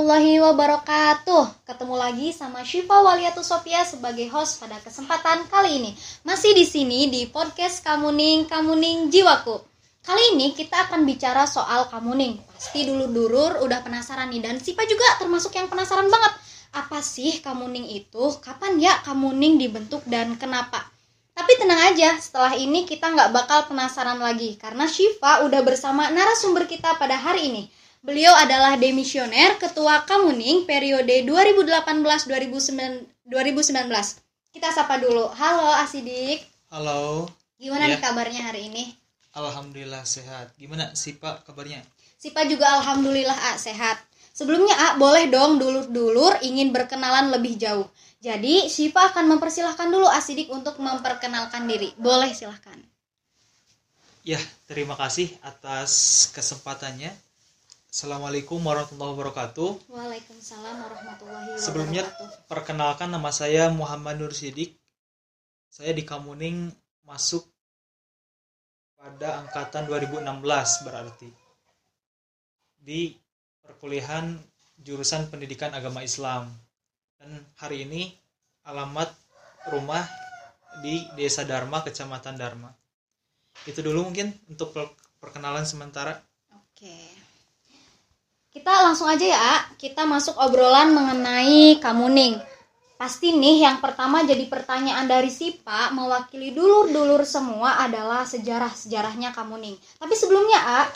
warahmatullahi wabarakatuh. Ketemu lagi sama Syifa Waliatus Sofia sebagai host pada kesempatan kali ini. Masih di sini di podcast Kamuning Jiwaku. Kali ini kita akan bicara soal kamuning. Pasti dulur-dulur udah penasaran nih, dan Syifa juga termasuk yang penasaran banget. Apa sih kamuning itu? Kapan ya kamuning dibentuk dan kenapa? Tapi tenang aja, setelah ini kita nggak bakal penasaran lagi karena Syifa udah bersama narasumber kita pada hari ini. Beliau adalah demisioner Ketua Kamuning periode 2018-2019. Kita sapa dulu. Halo Asidik. Halo. Gimana nih kabarnya hari ini? Alhamdulillah sehat. Gimana Syifa kabarnya? Syifa juga alhamdulillah sehat. Sebelumnya boleh dong dulur-dulur ingin berkenalan lebih jauh. Jadi Syifa akan mempersilahkan dulu Asidik untuk memperkenalkan diri. Boleh silahkan. Ya, terima kasih atas kesempatannya. Assalamualaikum warahmatullahi wabarakatuh. Waalaikumsalam warahmatullahi wabarakatuh. Sebelumnya perkenalkan, nama saya Muhammad Nur Sidik. Saya di Kamuning masuk pada angkatan 2016 berarti. Di perkuliahan jurusan Pendidikan Agama Islam. Dan hari ini alamat rumah di Desa Dharma, Kecamatan Dharma. Itu dulu mungkin untuk perkenalan sementara. Oke. Kita langsung aja ya, kita masuk obrolan mengenai kamuning. Pasti nih yang pertama jadi pertanyaan dari Syifa mewakili dulur-dulur semua adalah sejarah-sejarahnya kamuning. Tapi sebelumnya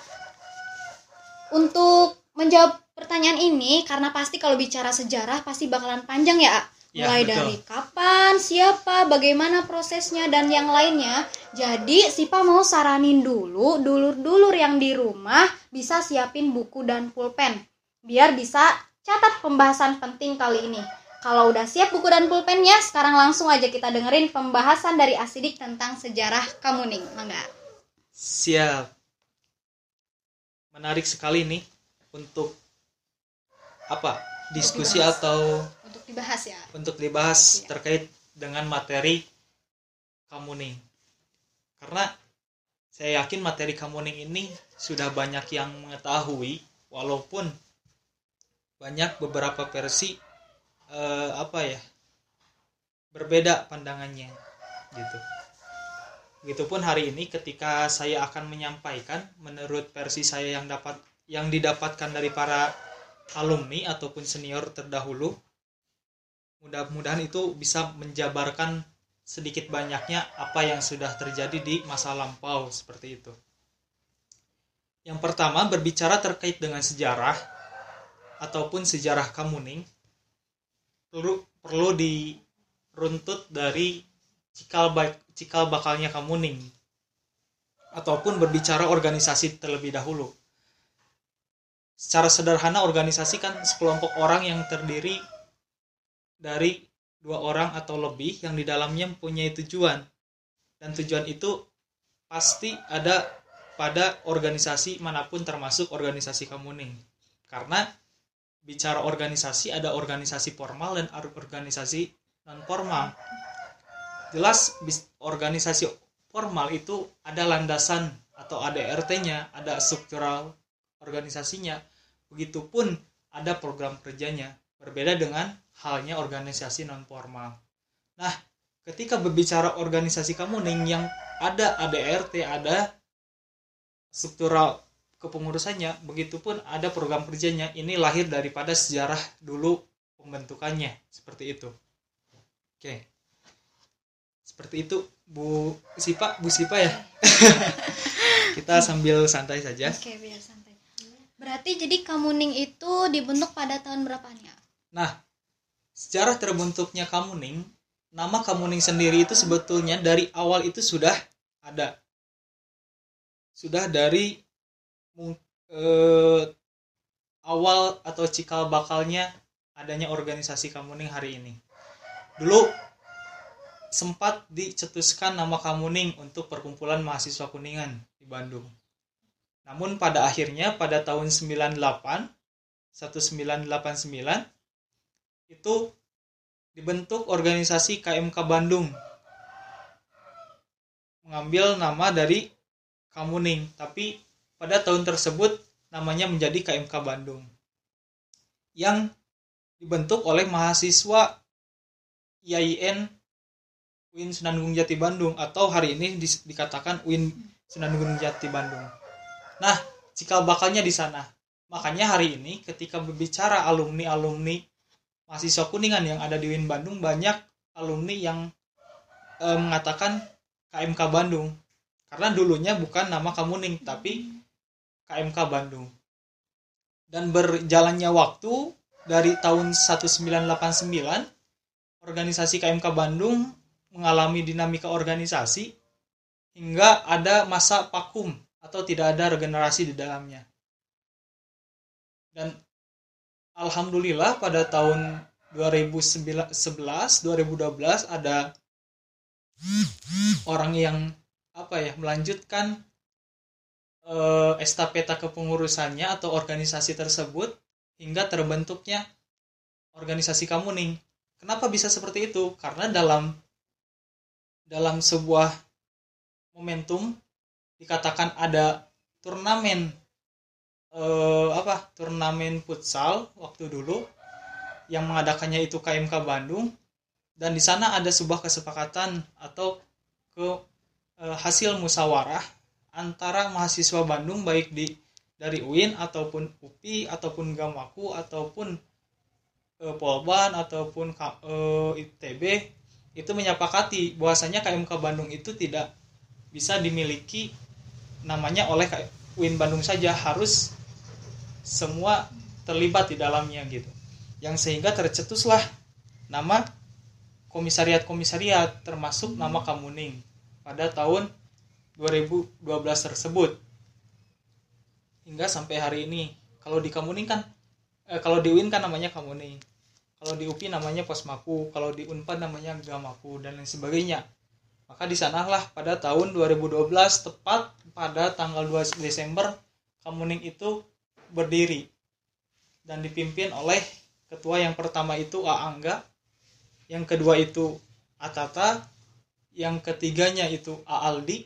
untuk menjawab pertanyaan ini, karena pasti kalau bicara sejarah pasti bakalan panjang ya, mulai dari kapan, siapa, bagaimana prosesnya, dan yang lainnya. Jadi Syifa mau saranin dulu dulur-dulur yang di rumah bisa siapin buku dan pulpen biar bisa catat pembahasan penting kali ini. Kalau udah siap buku dan pulpennya, sekarang langsung aja kita dengerin pembahasan dari Asidik tentang sejarah kamuning. Mangga. Siap. Menarik sekali nih untuk diskusi atau untuk dibahas ya. Untuk dibahas terkait dengan materi kamuning. Karena saya yakin materi kamuning ini sudah banyak yang mengetahui, walaupun banyak beberapa versi berbeda pandangannya gitu. Begitupun hari ini ketika saya akan menyampaikan menurut versi saya yang didapatkan dari para alumni ataupun senior terdahulu, mudah-mudahan itu bisa menjabarkan sedikit banyaknya apa yang sudah terjadi di masa lampau seperti itu. Yang pertama, berbicara terkait dengan sejarah ataupun sejarah kamuning, perlu diruntut dari cikal bakalnya kamuning ataupun berbicara organisasi terlebih dahulu. Secara sederhana, organisasi kan sekelompok orang yang terdiri dari 2 orang atau lebih yang di dalamnya mempunyai tujuan. Dan tujuan itu pasti ada pada organisasi manapun, termasuk organisasi kamuning. Karena bicara organisasi, ada organisasi formal dan organisasi non-formal. Jelas organisasi formal itu ada landasan atau ADRT-nya, ada struktural organisasinya. Begitupun ada program kerjanya. Berbeda dengan halnya organisasi non-formal. Nah, ketika berbicara organisasi kamuning yang ada ADRT, ada struktural kepengurusannya, begitupun ada program kerjanya, ini lahir daripada sejarah dulu pembentukannya, seperti itu. Oke. Seperti itu Bu Syifa ya. Kita sambil santai saja. Oke, biar santai. Berarti jadi kamuning itu dibentuk pada tahun berapa nih? Nah, sejarah terbentuknya kamuning, nama kamuning sendiri itu sebetulnya dari awal itu sudah ada. Sudah dari awal atau cikal bakalnya adanya organisasi kamuning hari ini. Dulu sempat dicetuskan nama kamuning untuk perkumpulan mahasiswa Kuningan di Bandung. Namun pada akhirnya pada tahun 1989 itu dibentuk organisasi KMK Bandung, mengambil nama dari kamuning, tapi pada tahun tersebut namanya menjadi KMK Bandung. yang dibentuk oleh mahasiswa IAIN UIN Sunan Gunung Jati Bandung, atau hari ini dikatakan UIN Sunan Gunung Jati Bandung. Nah, cikal bakalnya di sana. Makanya hari ini ketika berbicara alumni mahasiswa Kuningan yang ada di UIN Bandung, banyak alumni yang mengatakan KMK Bandung. Karena dulunya bukan nama Kamuning, tapi KMK Bandung. Dan berjalannya waktu dari tahun 1989, organisasi KMK Bandung mengalami dinamika organisasi hingga ada masa vakum atau tidak ada regenerasi di dalamnya. Dan alhamdulillah pada tahun 2011-2012 ada orang yang melanjutkan estafeta kepengurusannya atau organisasi tersebut hingga terbentuknya organisasi Kamuning. Kenapa bisa seperti itu? Karena dalam sebuah momentum dikatakan ada turnamen futsal waktu dulu yang mengadakannya itu KMK Bandung, dan di sana ada sebuah kesepakatan atau hasil musyawarah antara mahasiswa Bandung baik dari UIN ataupun UPI ataupun Gamaku ataupun Polban ataupun ITB itu menyepakati bahwasanya KMK Bandung itu tidak bisa dimiliki namanya oleh UIN Bandung saja, harus semua terlibat di dalamnya gitu. Yang sehingga tercetuslah nama komisariat termasuk nama Kamuning pada tahun 2012 tersebut. Hingga sampai hari ini. Kalau di Kamuning kan kalau di UIN kan namanya Kamuning. Kalau di UPI namanya Posmaku, kalau di Unpad namanya Gamaku dan lain sebagainya. Maka di sanalah pada tahun 2012 tepat pada tanggal 2 Desember Kamuning itu berdiri dan dipimpin oleh ketua yang pertama itu A. Angga, yang kedua itu A. Tata, yang ketiganya itu A. Aldi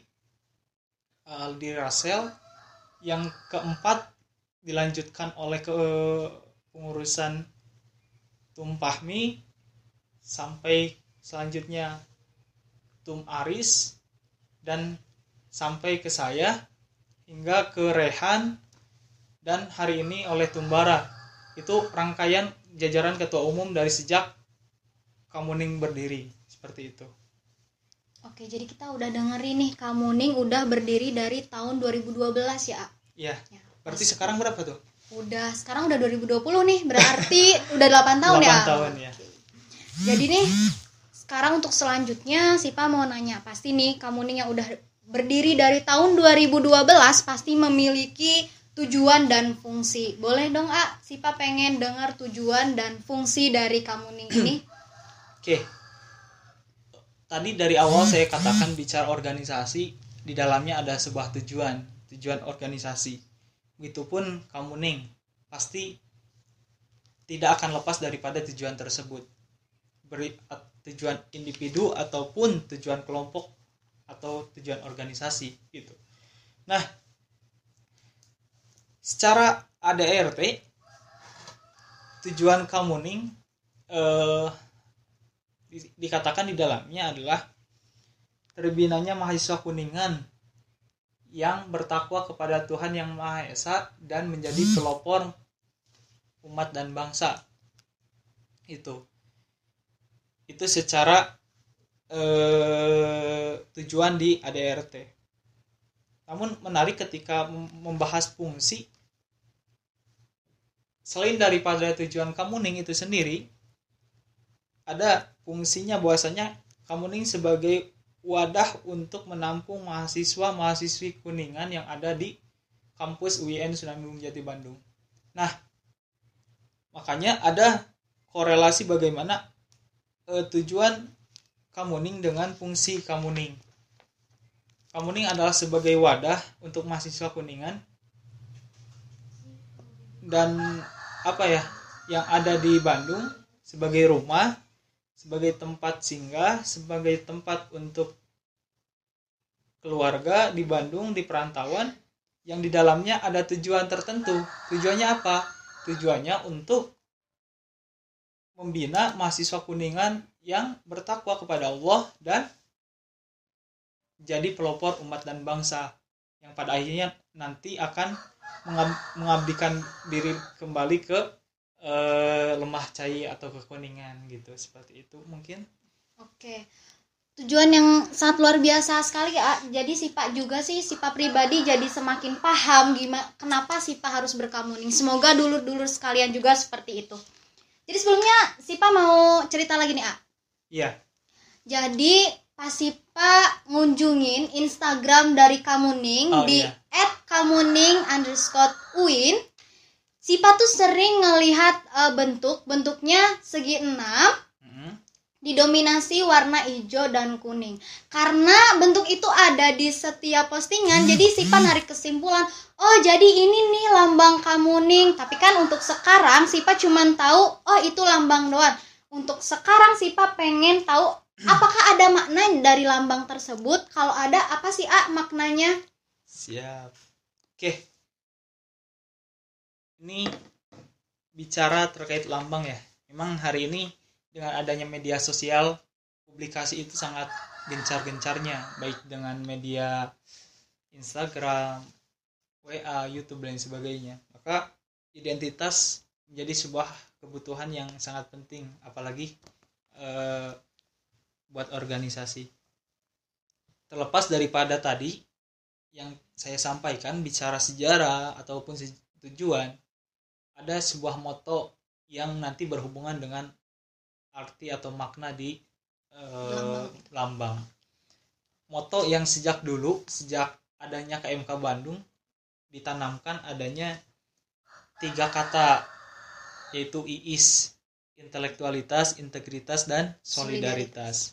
Rasel, yang keempat dilanjutkan oleh pengurusan Tum Fahmi, sampai selanjutnya Tum Aris, dan sampai ke saya hingga ke Rehan, dan hari ini oleh Tumbara. Itu rangkaian jajaran ketua umum dari sejak Kamuning berdiri, seperti itu. Oke, jadi kita udah dengerin nih Kamuning udah berdiri dari tahun 2012 ya, A? Iya. Ya, berarti sekarang berapa tuh? Sekarang udah 2020 nih, berarti udah 8 tahun 8 ya? 8 tahun ya. Jadi nih, sekarang untuk selanjutnya Sipa mau nanya, pasti nih Kamuning yang udah berdiri dari tahun 2012 pasti memiliki tujuan dan fungsi. Boleh dong, A? Sipa pengen dengar tujuan dan fungsi dari Kamuning ini. Oke. Tadi dari awal saya katakan bicara organisasi, di dalamnya ada sebuah tujuan organisasi. Begitupun Kamuning pasti tidak akan lepas daripada tujuan tersebut. Tujuan individu ataupun tujuan kelompok atau tujuan organisasi gitu. Nah, secara ADRT tujuan Kamuning dikatakan di dalamnya adalah terbinanya mahasiswa Kuningan yang bertakwa kepada Tuhan Yang Maha Esa dan menjadi pelopor umat dan bangsa. Itu secara tujuan di ADRT. Namun menarik ketika membahas fungsi, selain daripada tujuan Kamuning itu sendiri, ada fungsinya bahwasanya Kamuning sebagai wadah untuk menampung mahasiswa-mahasiswi Kuningan yang ada di kampus UIN Sunan Gunung Jati Bandung. Nah, makanya ada korelasi bagaimana tujuan Kamuning dengan fungsi Kamuning. Kamuning adalah sebagai wadah untuk mahasiswa Kuningan dan yang ada di Bandung sebagai rumah, sebagai tempat singgah, sebagai tempat untuk keluarga di Bandung, di perantauan, yang di dalamnya ada tujuan tertentu. Tujuannya apa? Tujuannya untuk membina mahasiswa Kuningan yang bertakwa kepada Allah dan jadi pelopor umat dan bangsa yang pada akhirnya nanti akan mengabdikan diri kembali ke Lemah Cai atau ke Kuningan gitu. Seperti itu mungkin. Oke. Tujuan yang sangat luar biasa sekali ya. Jadi Sipa juga sih, Sipa pribadi jadi semakin paham gimana kenapa Sipa harus berkamuning. Semoga dulur-dulur sekalian juga seperti itu. Jadi sebelumnya Sipa mau cerita lagi nih, A. Iya. Jadi pas Sipa ngunjungin Instagram dari Kamuning di iya. @kamuning_uin, Sipa tuh sering ngelihat bentuknya segi 6 didominasi warna hijau dan kuning. Karena bentuk itu ada di setiap postingan, jadi Sipa narik kesimpulan, oh jadi ini nih lambang Kamuning. Tapi kan untuk sekarang Sipa cuma tahu, oh itu lambang doang. Untuk sekarang Sipa pengen tahu apakah ada makna dari lambang tersebut. Kalau ada, apa sih maknanya? Siap. Oke. Ini bicara terkait lambang ya. Memang hari ini dengan adanya media sosial, publikasi itu sangat gencar-gencarnya, baik dengan media Instagram, WA, YouTube dan sebagainya. Maka identitas menjadi sebuah kebutuhan yang sangat penting, apalagi buat organisasi. Terlepas daripada tadi yang saya sampaikan bicara sejarah ataupun tujuan, ada sebuah moto yang nanti berhubungan dengan arti atau makna di lambang. Moto yang sejak adanya KMK Bandung ditanamkan adanya 3 kata, yaitu IIS, intelektualitas, integritas, dan solidaritas.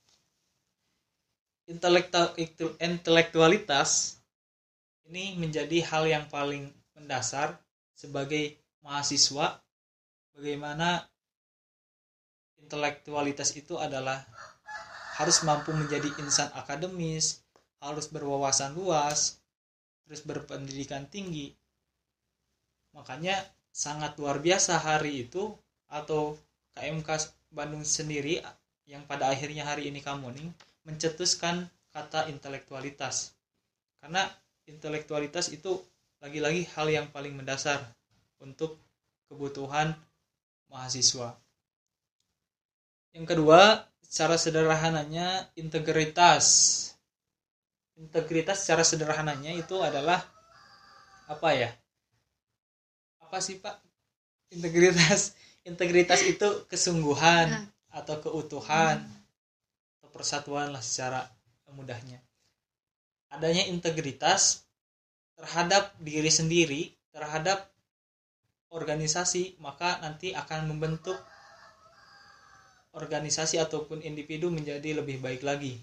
Intelektualitas ini menjadi hal yang paling mendasar sebagai mahasiswa. Bagaimana intelektualitas itu adalah harus mampu menjadi insan akademis, harus berwawasan luas, terus berpendidikan tinggi. Makanya sangat luar biasa hari itu atau KMK Bandung sendiri yang pada akhirnya hari ini Kamuning mencetuskan kata intelektualitas. Karena intelektualitas itu lagi-lagi hal yang paling mendasar untuk kebutuhan mahasiswa. Yang kedua, secara sederhananya integritas. Integritas secara sederhananya itu adalah apa ya? Apa sih Pak? Integritas itu kesungguhan atau keutuhan atau persatuan lah secara mudahnya. Adanya integritas terhadap diri sendiri, terhadap organisasi, maka nanti akan membentuk organisasi ataupun individu menjadi lebih baik lagi.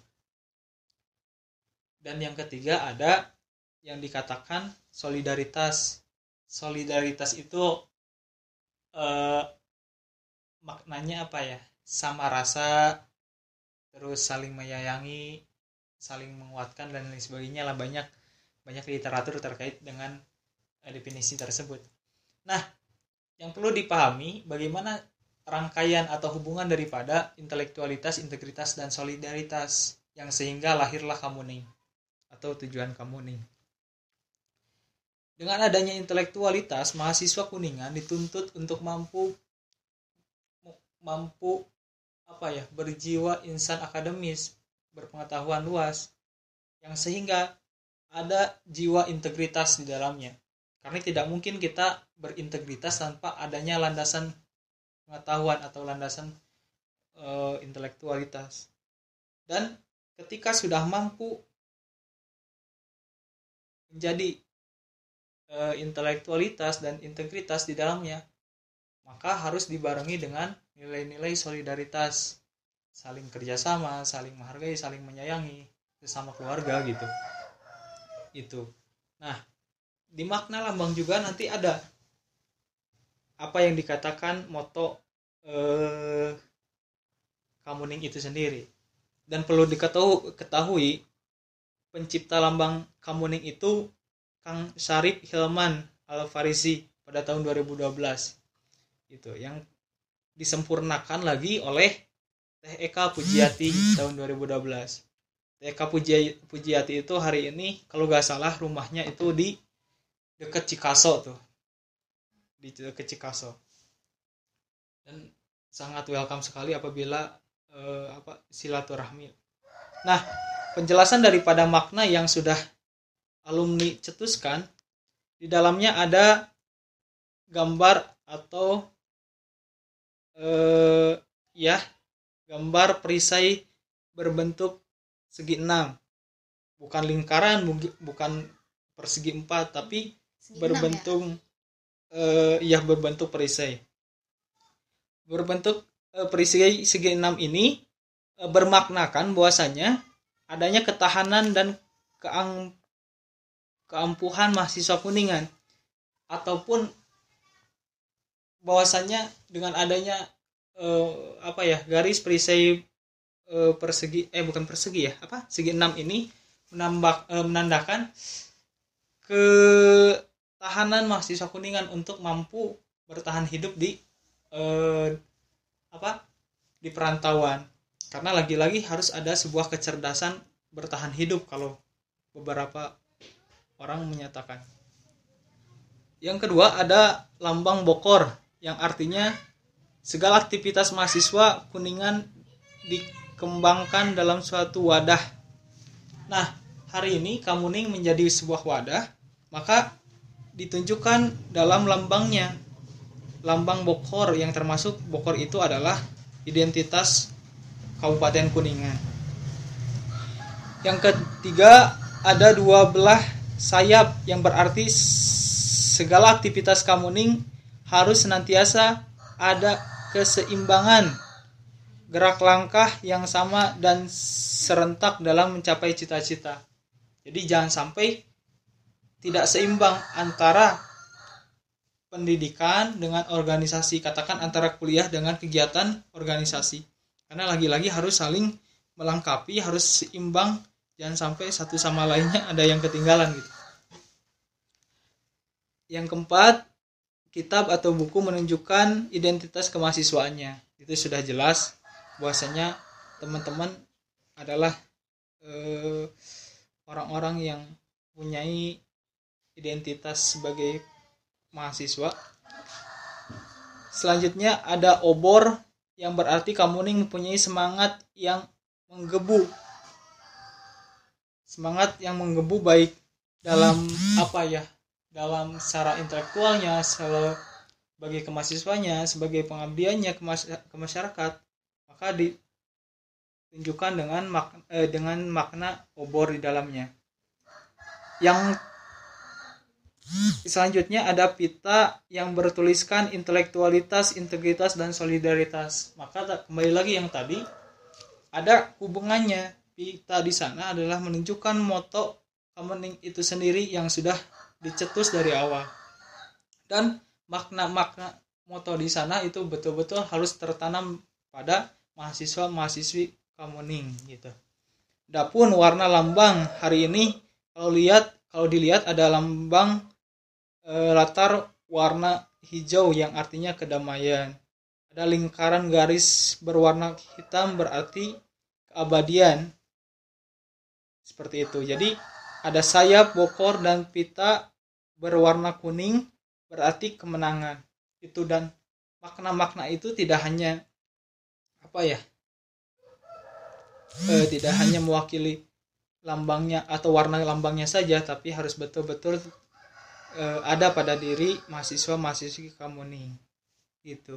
Dan yang ketiga ada yang dikatakan solidaritas. Solidaritas itu maknanya apa ya? Sama rasa, terus saling menyayangi, saling menguatkan dan lain sebagainya lah, banyak literatur terkait dengan definisi tersebut. Nah, yang perlu dipahami bagaimana rangkaian atau hubungan daripada intelektualitas, integritas, dan solidaritas yang sehingga lahirlah Kamuning atau tujuan Kamuning. Dengan adanya intelektualitas, mahasiswa Kuningan dituntut untuk mampu berjiwa insan akademis, berpengetahuan luas, yang sehingga ada jiwa integritas di dalamnya. Karena tidak mungkin kita berintegritas tanpa adanya landasan pengetahuan atau landasan intelektualitas. Dan ketika sudah mampu menjadi intelektualitas dan integritas di dalamnya, maka harus dibarengi dengan nilai-nilai solidaritas, saling kerjasama, saling menghargai, saling menyayangi sesama keluarga gitu. Itu. Nah, di makna lambang juga nanti ada apa yang dikatakan moto Kamuning itu sendiri. Dan perlu diketahui pencipta lambang Kamuning itu Kang Syarif Hilman Al-Farisi pada tahun 2012. Gitu. Yang disempurnakan lagi oleh Teh Eka Pujiati tahun 2012. Teh Eka Pujiati itu hari ini kalau nggak salah rumahnya itu di dekat Cikaso tuh, di dekat Cikaso. Dan sangat welcome sekali apabila silaturahmi. Nah, penjelasan daripada makna yang sudah alumni cetuskan, di dalamnya ada gambar atau gambar perisai berbentuk segi 6, bukan lingkaran, bukan persegi 4, tapi berbentuk berbentuk perisai. Berbentuk perisai segi 6 ini bermaknakan bahwasanya adanya ketahanan dan keampuhan mahasiswa Kuningan, ataupun bahwasanya dengan adanya garis perisai segi 6 ini menandakan ketahanan mahasiswa Kuningan untuk mampu bertahan hidup di perantauan. Karena lagi-lagi harus ada sebuah kecerdasan bertahan hidup kalau beberapa orang menyatakan. Yang kedua ada lambang Bokor, yang artinya segala aktivitas mahasiswa Kuningan dikembangkan dalam suatu wadah. Nah, hari ini Kamuning menjadi sebuah wadah, maka ditunjukkan dalam lambangnya, lambang Bokor, yang termasuk Bokor itu adalah identitas Kabupaten Kuningan. Yang ketiga ada 2 belah sayap, yang berarti segala aktivitas Kamuning harus senantiasa ada keseimbangan, gerak langkah yang sama dan serentak dalam mencapai cita-cita. Jadi jangan sampai tidak seimbang antara pendidikan dengan organisasi, katakan antara kuliah dengan kegiatan organisasi. Karena lagi-lagi harus saling melengkapi, harus seimbang, jangan sampai satu sama lainnya ada yang ketinggalan gitu. Yang keempat, kitab atau buku menunjukkan identitas kemahasiswaannya. Itu sudah jelas bahwasanya teman-teman adalah orang-orang yang mempunyai identitas sebagai mahasiswa. Selanjutnya ada obor, yang berarti Kamuning mempunyai semangat yang menggebu. Semangat yang menggebu baik dalam dalam secara intelektualnya, sebagai kemahasiswanya, sebagai pengabdiannya ke masyarakat, maka ditunjukkan dengan makna obor di dalamnya. Yang selanjutnya ada pita yang bertuliskan intelektualitas, integritas, dan solidaritas. Maka kembali lagi yang tadi, ada hubungannya. Pita di sana adalah menunjukkan moto Kamuning itu sendiri yang sudah dicetus dari awal. Dan makna-makna moto di sana itu betul-betul harus tertanam pada mahasiswa-mahasiswi Kamuning gitu. Adapun warna lambang hari ini kalau dilihat ada lambang latar warna hijau yang artinya kedamaian. Ada lingkaran garis berwarna hitam berarti keabadian. Seperti itu. Jadi ada sayap, bokor, dan pita berwarna kuning berarti kemenangan. Itu, dan makna-makna itu tidak hanya tidak hanya mewakili lambangnya atau warna lambangnya saja, tapi harus betul-betul ada pada diri mahasiswa-mahasiswi Kamuning gitu.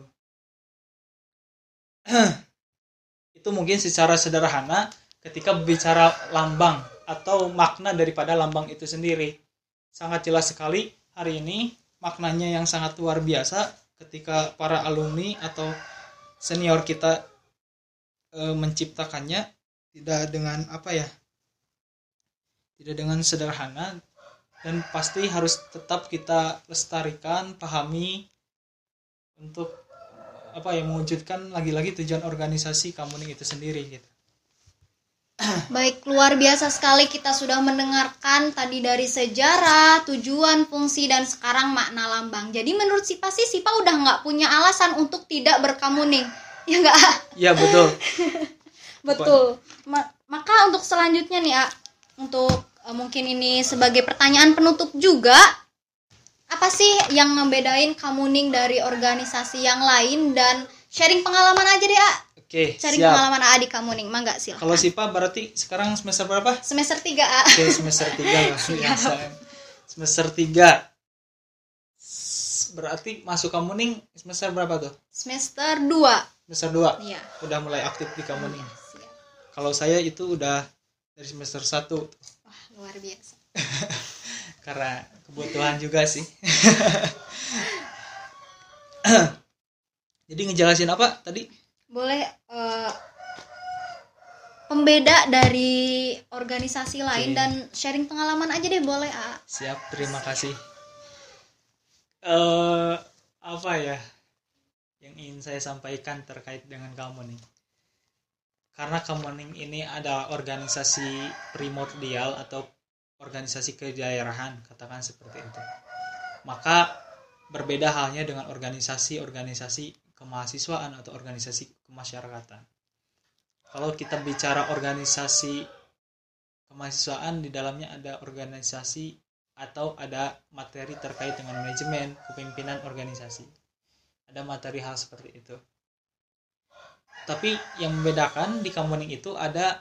Itu mungkin secara sederhana ketika berbicara lambang atau makna daripada lambang itu sendiri. Sangat jelas sekali hari ini maknanya yang sangat luar biasa ketika para alumni atau senior kita menciptakannya, tidak dengan sederhana, dan pasti harus tetap kita lestarikan, pahami untuk mewujudkan lagi-lagi tujuan organisasi Kamuning itu sendiri gitu. Baik, luar biasa sekali kita sudah mendengarkan tadi dari sejarah, tujuan, fungsi, dan sekarang makna lambang. Jadi menurut Sipa udah nggak punya alasan untuk tidak berkamuning. Ya nggak? Ya betul. Betul. Maka untuk selanjutnya nih, untuk mungkin ini sebagai pertanyaan penutup juga, apa sih yang ngebedain kamuning dari organisasi yang lain, dan sharing pengalaman aja deh, Oke, sharing siap. pengalaman di kamuning, mangga silakan. Kalau Sipa berarti sekarang semester berapa? Semester 3, Oke, semester 3 semester 3. Berarti masuk kamuning semester berapa tuh? Semester 2. Semester 2. Iya. Udah mulai aktif di kamuning. Siap. Kalau saya itu udah dari semester 1. Wah, luar biasa. Karena kebutuhan juga sih. Jadi ngejelasin apa tadi? Boleh pembeda dari organisasi lain dan sharing pengalaman aja deh, boleh, Siap, terima kasih. Apa ya yang ingin saya sampaikan terkait dengan kamuning? Karena kamuning ini ada organisasi primordial atau organisasi kedaerahan, katakan seperti itu. Maka berbeda halnya dengan organisasi-organisasi kemahasiswaan atau organisasi kemasyarakatan. Kalau kita bicara organisasi kemahasiswaan, di dalamnya ada organisasi atau ada materi terkait dengan manajemen, kepemimpinan organisasi. Ada materi hal seperti itu. Tapi yang membedakan di kamuning itu ada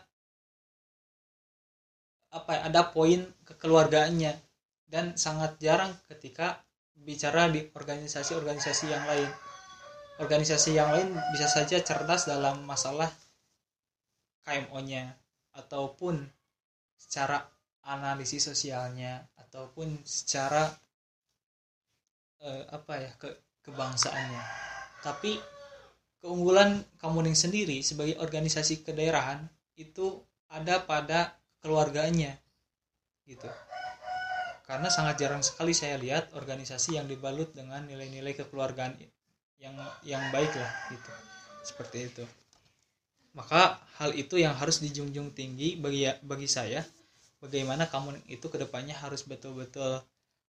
poin kekeluargaannya, dan sangat jarang ketika bicara di organisasi-organisasi yang lain. Organisasi yang lain bisa saja cerdas dalam masalah KMO-nya, ataupun secara analisis sosialnya, ataupun secara kebangsaannya. Tapi keunggulan kamuning sendiri sebagai organisasi kedaerahan itu ada pada keluarganya gitu. Karena sangat jarang sekali saya lihat organisasi yang dibalut dengan nilai-nilai kekeluargaan yang baik lah gitu. Seperti itu. Maka hal itu yang harus dijunjung tinggi bagi saya, bagaimana kamuning itu kedepannya harus betul-betul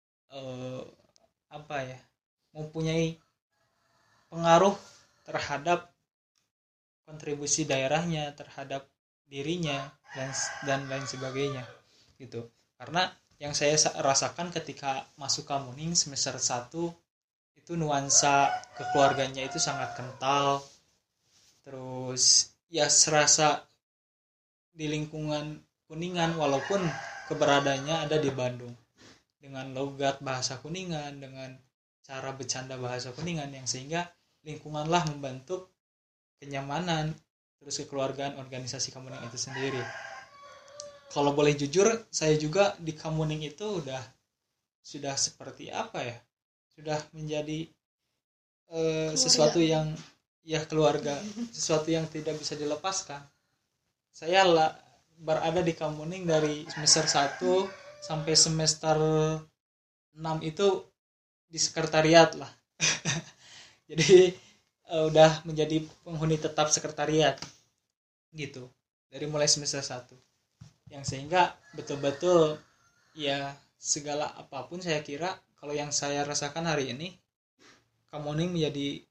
mempunyai pengaruh terhadap kontribusi daerahnya, terhadap dirinya, dan lain sebagainya gitu. Karena yang saya rasakan ketika masuk kamuning semester 1 itu nuansa kekeluarganya itu sangat kental. Terus ya serasa di lingkungan Kuningan, walaupun keberadaannya ada di Bandung, dengan logat bahasa Kuningan, dengan cara bercanda bahasa Kuningan, yang sehingga lingkunganlah membentuk kenyamanan terus kekeluargaan organisasi kamuning itu sendiri. Kalau boleh jujur, saya juga di kamuning itu sudah seperti apa ya, sudah menjadi sesuatu yang keluarga, sesuatu yang tidak bisa dilepaskan. Saya berada di kamuning dari semester 1 sampai semester 6 itu di sekretariat lah. Jadi udah menjadi penghuni tetap sekretariat gitu dari mulai semester 1, yang sehingga betul-betul ya segala apapun saya kira, kalau yang saya rasakan hari ini, kamuning menjadi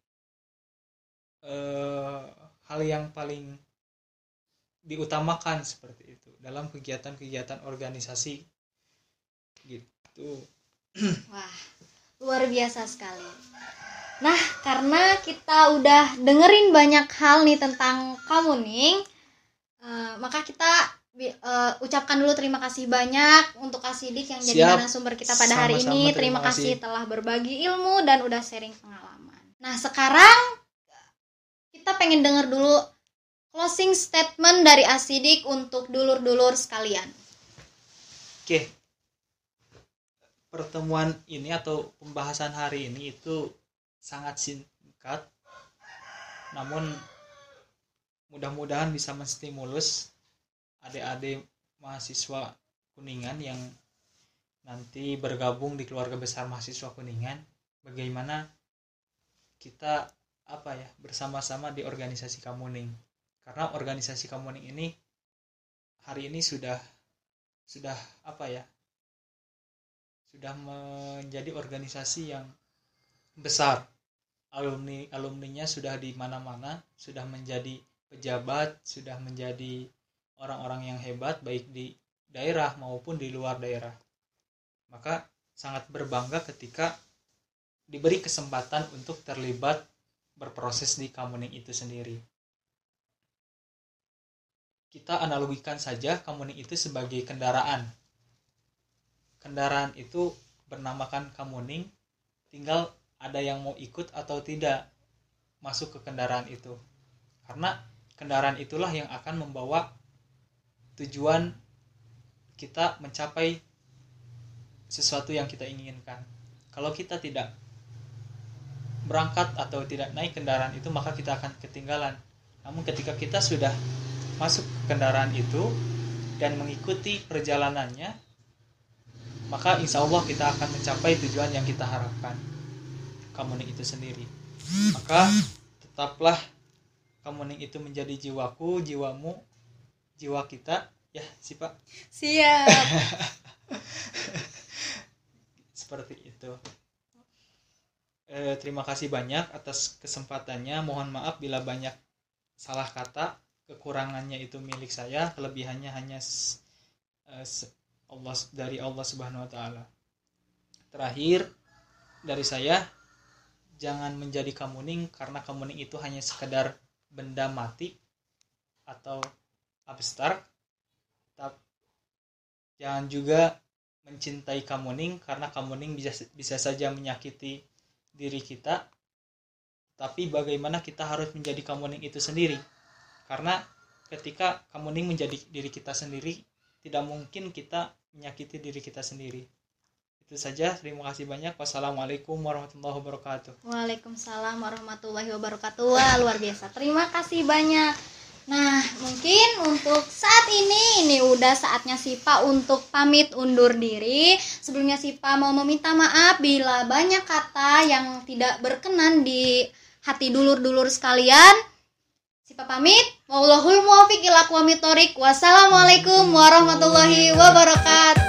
hal yang paling diutamakan seperti itu dalam kegiatan-kegiatan organisasi gitu. Wah, luar biasa sekali. Nah, karena kita udah dengerin banyak hal nih tentang kamuning, maka kita ucapkan dulu terima kasih banyak untuk Kak Sidik yang jadi narasumber kita pada hari ini. Terima kasih telah berbagi ilmu dan udah sharing pengalaman. Nah, sekarang kita pengen denger dulu closing statement dari Asidik untuk dulur-dulur sekalian. Oke. Pertemuan ini atau pembahasan hari ini itu sangat singkat, namun mudah-mudahan bisa menstimulus adik-adik mahasiswa Kuningan yang nanti bergabung di keluarga besar mahasiswa Kuningan, bagaimana kita bersama-sama di organisasi kamuning. Karena organisasi kamuning ini hari ini sudah apa ya, sudah menjadi organisasi yang besar. Alumninya sudah di mana-mana, sudah menjadi pejabat, sudah menjadi orang-orang yang hebat baik di daerah maupun di luar daerah. Maka sangat berbangga ketika diberi kesempatan untuk terlibat berproses di Kamuning itu sendiri. Kita analogikan saja Kamuning itu sebagai kendaraan. Kendaraan itu bernamakan Kamuning, tinggal ada yang mau ikut atau tidak masuk ke kendaraan itu. Karena kendaraan itulah yang akan membawa tujuan kita mencapai sesuatu yang kita inginkan. Kalau kita tidak berangkat atau tidak naik kendaraan itu, maka kita akan ketinggalan. Namun ketika kita sudah masuk ke kendaraan itu dan mengikuti perjalanannya, maka insya Allah kita akan mencapai tujuan yang kita harapkan, Kamuning itu sendiri. Maka tetaplah Kamuning itu menjadi jiwaku, jiwamu, jiwa kita, ya Sipa. Siap. Seperti itu. Terima kasih banyak atas kesempatannya. Mohon maaf bila banyak salah kata. Kekurangannya itu milik saya, kelebihannya hanya dari Allah Subhanahu wa taala. Terakhir dari saya, jangan menjadi Kamuning karena Kamuning itu hanya sekedar benda mati atau abstrak. Jangan juga mencintai Kamuning karena Kamuning bisa saja menyakiti diri kita. Tapi bagaimana kita harus menjadi Kamuning itu sendiri? Karena ketika Kamuning menjadi diri kita sendiri, tidak mungkin kita menyakiti diri kita sendiri. Itu saja, terima kasih banyak. Wassalamualaikum warahmatullahi wabarakatuh. Waalaikumsalam warahmatullahi wabarakatuh. Wah, luar biasa. Terima kasih banyak. Nah, mungkin untuk saat ini udah saatnya Sipa untuk pamit undur diri. Sebelumnya Sipa mau meminta maaf bila banyak kata yang tidak berkenan di hati dulur-dulur sekalian. Sipa pamit. Wallahul muwaffiq ila aqwamit thoriq. Wassalamualaikum warahmatullahi wabarakatuh.